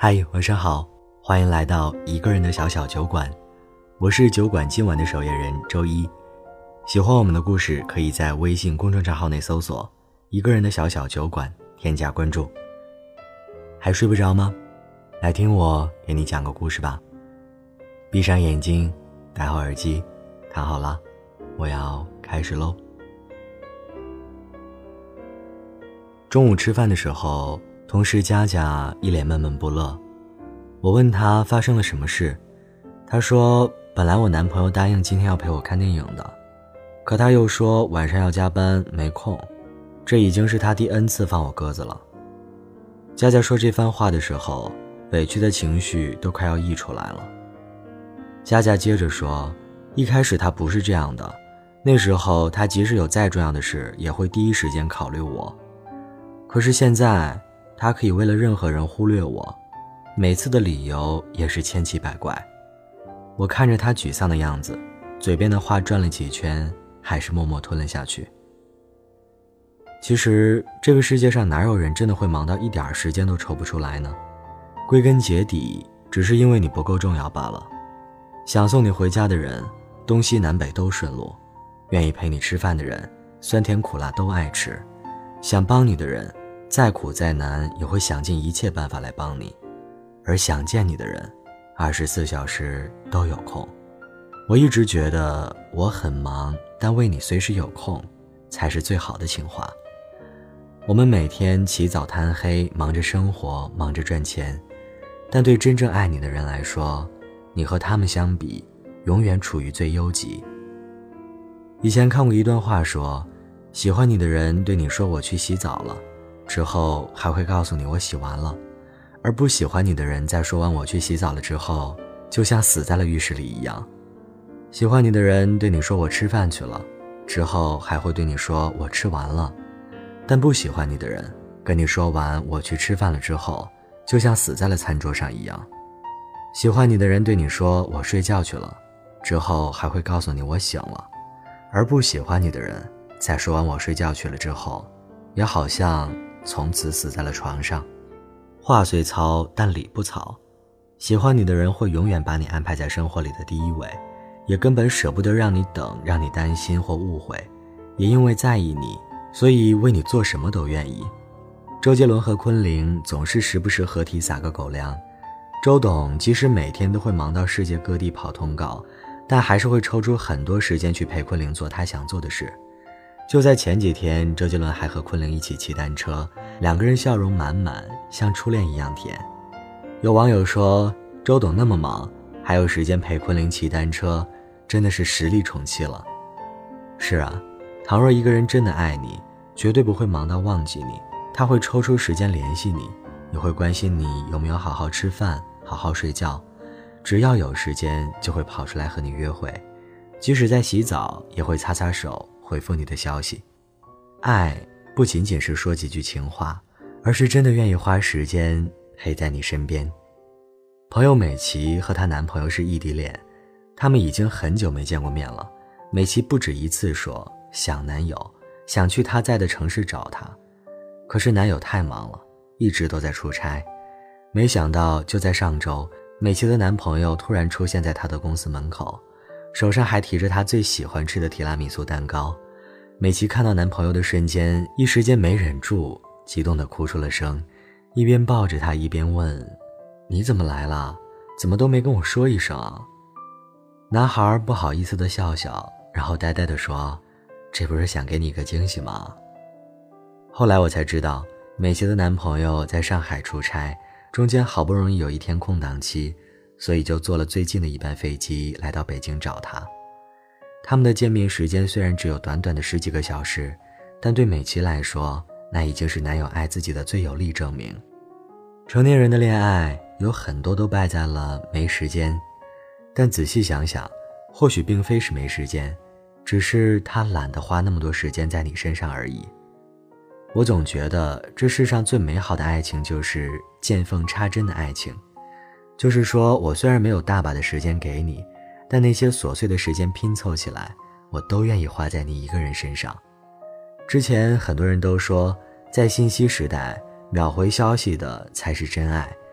嗨，晚上好，欢迎来到一个人的小小酒馆，我是酒馆今晚的守夜人周一。喜欢我们的故事，可以在微信公众账号内搜索一个人的小小酒馆，添加关注。还睡不着吗？来听我给你讲个故事吧。闭上眼睛，戴好耳机，躺好了，我要开始喽。中午吃饭的时候，同事佳佳一脸闷闷不乐。我问她发生了什么事，她说本来我男朋友答应今天要陪我看电影的，可他又说晚上要加班没空，这已经是他第 N 次放我鸽子了。佳佳说这番话的时候，委屈的情绪都快要溢出来了。佳佳接着说，一开始他不是这样的，那时候他即使有再重要的事也会第一时间考虑我，可是现在他可以为了任何人忽略我，每次的理由也是千奇百怪。我看着他沮丧的样子，嘴边的话转了几圈，还是默默吞了下去。其实这个世界上哪有人真的会忙到一点时间都抽不出来呢？归根结底只是因为你不够重要罢了。想送你回家的人，东西南北都顺路，愿意陪你吃饭的人，酸甜苦辣都爱吃，想帮你的人，再苦再难也会想尽一切办法来帮你，而想见你的人，24小时都有空。我一直觉得我很忙，但为你随时有空才是最好的情话。我们每天起早贪黑，忙着生活，忙着赚钱，但对真正爱你的人来说，你和他们相比，永远处于最优级。以前看过一段话说，喜欢你的人对你说我去洗澡了，之后还会告诉你我洗完了，而不喜欢你的人在说完我去洗澡了之后，就像死在了浴室里一样。喜欢你的人对你说我吃饭去了，之后还会对你说我吃完了，但不喜欢你的人跟你说完我去吃饭了之后，就像死在了餐桌上一样。喜欢你的人对你说我睡觉去了，之后还会告诉你我醒了，而不喜欢你的人在说完我睡觉去了之后，也好像从此死在了床上。话虽糙，但理不糙。喜欢你的人会永远把你安排在生活里的第一位，也根本舍不得让你等，让你担心或误会，也因为在意你，所以为你做什么都愿意。周杰伦和昆凌总是时不时合体撒个狗粮，周董即使每天都会忙到世界各地跑通告，但还是会抽出很多时间去陪昆凌做他想做的事。就在前几天，周杰伦还和昆凌一起骑单车，两个人笑容满满，像初恋一样甜。有网友说，周董那么忙，还有时间陪昆凌骑单车，真的是实力宠妻了。是啊，倘若一个人真的爱你，绝对不会忙到忘记你，他会抽出时间联系你，也会关心你有没有好好吃饭，好好睡觉，只要有时间就会跑出来和你约会，即使在洗澡也会擦擦手回复你的消息。爱不仅仅是说几句情话，而是真的愿意花时间陪在你身边。朋友美琪和她男朋友是异地恋，他们已经很久没见过面了。美琪不止一次说想男友，想去他在的城市找他，可是男友太忙了，一直都在出差。没想到就在上周，美琪的男朋友突然出现在她的公司门口，手上还提着她最喜欢吃的提拉米苏蛋糕。美琪看到男朋友的瞬间，一时间没忍住，激动地哭出了声，一边抱着他一边问，你怎么来了？怎么都没跟我说一声啊？男孩不好意思地笑笑，然后呆呆地说，这不是想给你个惊喜吗？后来我才知道，美琪的男朋友在上海出差，中间好不容易有一天空档期，所以就坐了最近的一班飞机来到北京找他。他们的见面时间虽然只有短短的10几个小时，但对美琪来说，那已经是男友爱自己的最有力证明。成年人的恋爱有很多都败在了没时间，但仔细想想，或许并非是没时间，只是他懒得花那么多时间在你身上而已。我总觉得这世上最美好的爱情就是见缝插针的爱情，就是说我虽然没有大把的时间给你，但那些琐碎的时间拼凑起来，我都愿意花在你一个人身上。之前很多人都说，在信息时代，秒回消息的才是真爱。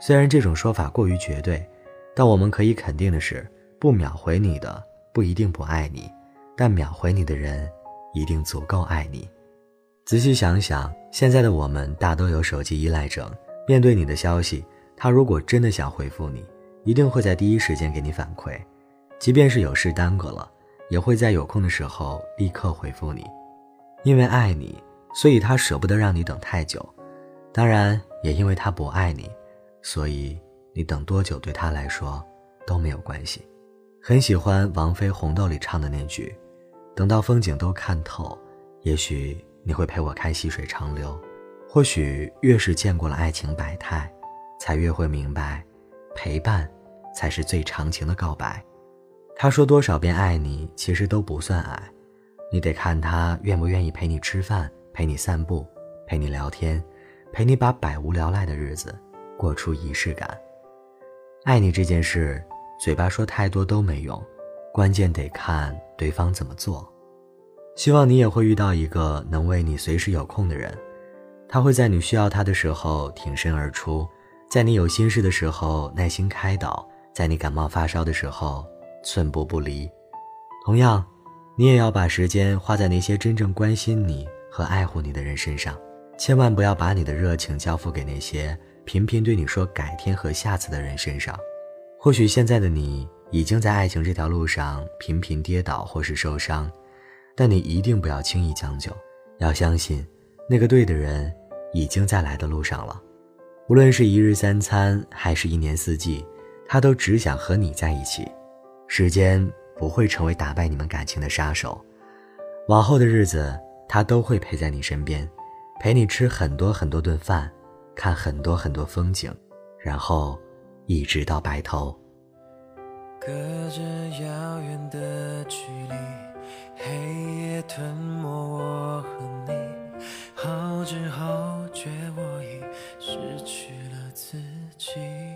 虽然这种说法过于绝对，但我们可以肯定的是，不秒回你的不一定不爱你，但秒回你的人一定足够爱你。仔细想想，现在的我们大都有手机依赖症，面对你的消息，他如果真的想回复你，一定会在第一时间给你反馈，即便是有事耽搁了，也会在有空的时候立刻回复你。因为爱你，所以他舍不得让你等太久，当然也因为他不爱你，所以你等多久对他来说都没有关系。很喜欢王菲《红豆》里唱的那句，等到风景都看透，也许你会陪我看细水长流。或许越是见过了爱情百态，才越会明白，陪伴才是最长情的告白。他说多少遍爱你，其实都不算爱，你得看他愿不愿意陪你吃饭，陪你散步，陪你聊天，陪你把百无聊赖的日子过出仪式感。爱你这件事，嘴巴说太多都没用，关键得看对方怎么做。希望你也会遇到一个能为你随时有空的人，他会在你需要他的时候挺身而出，在你有心事的时候耐心开导，在你感冒发烧的时候寸步不离。同样，你也要把时间花在那些真正关心你和爱护你的人身上，千万不要把你的热情交付给那些频频对你说改天和下次的人身上。或许现在的你已经在爱情这条路上频频跌倒或是受伤，但你一定不要轻易将就，要相信那个对的人已经在来的路上了。无论是一日三餐还是一年四季，他都只想和你在一起。时间不会成为打败你们感情的杀手，往后的日子他都会陪在你身边，陪你吃很多很多顿饭，看很多很多风景，然后一直到白头。 隔着遥远的距离，黑夜吞没我和你，后知后觉我已失去了自己，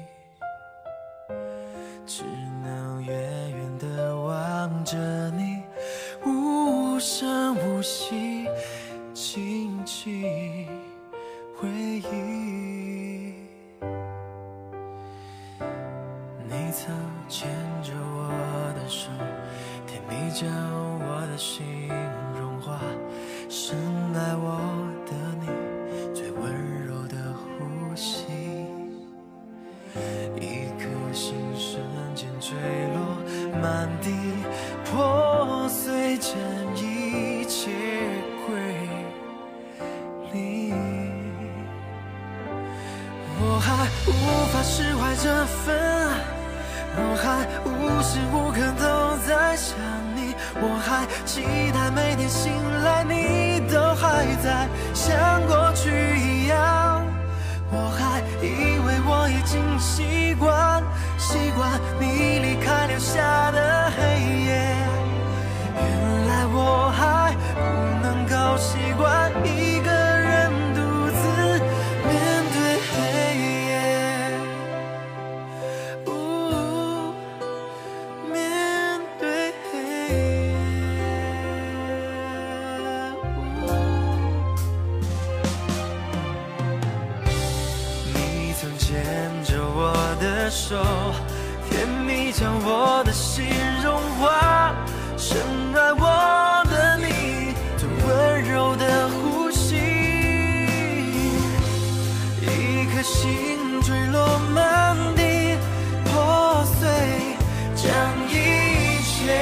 只能远远地望着你，无声无息轻轻回忆。你曾牵着我的手，甜蜜着我的心融化，深爱我的你最温柔的呼吸，一颗心瞬间坠落满地，破碎成一切归零。我还无法释怀这份，我还无时无刻都在想你，我还期待每天醒来你都还在，像过去一样。我还以为我已经习惯你离开留下的黑夜，原来我还不能够习惯一个人独自面对黑夜，面对黑夜。你曾牵着我的手，甜蜜将我的心融化，深爱我的你最温柔的呼吸，一颗心坠落满地，破碎将一切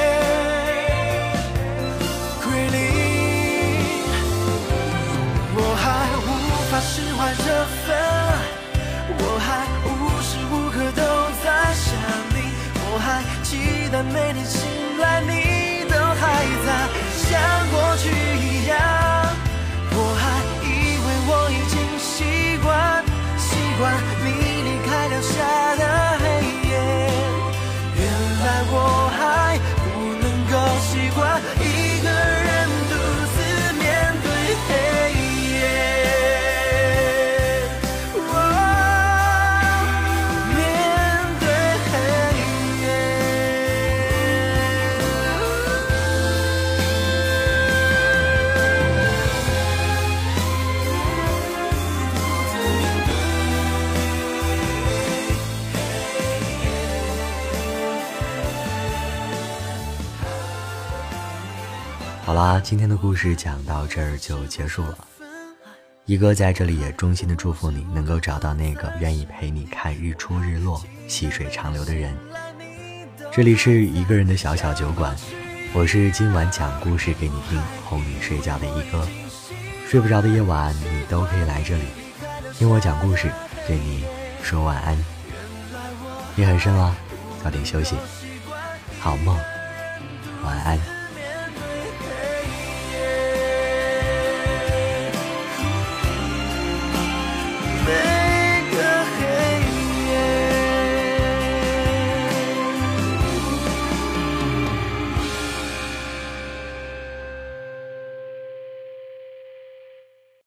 归零。我还无法释怀这份，我还无时无刻都在想你，我还期待每天醒来你都还在，像过去一样。我还以为我已经习惯你离开留下的黑夜，原来我还不能够习惯一个人独自面对黑夜。面对黑夜。 好啦，今天的故事讲到这儿就结束了。一哥在这里也衷心的祝福你能够找到那个愿意陪你看日出日落、细水长流的人。这里是一个人的小小酒馆，我是今晚讲故事给你听、哄你睡觉的一哥。睡不着的夜晚，你都可以来这里听我讲故事，对你说晚安。夜很深了，早点休息，好梦，晚安。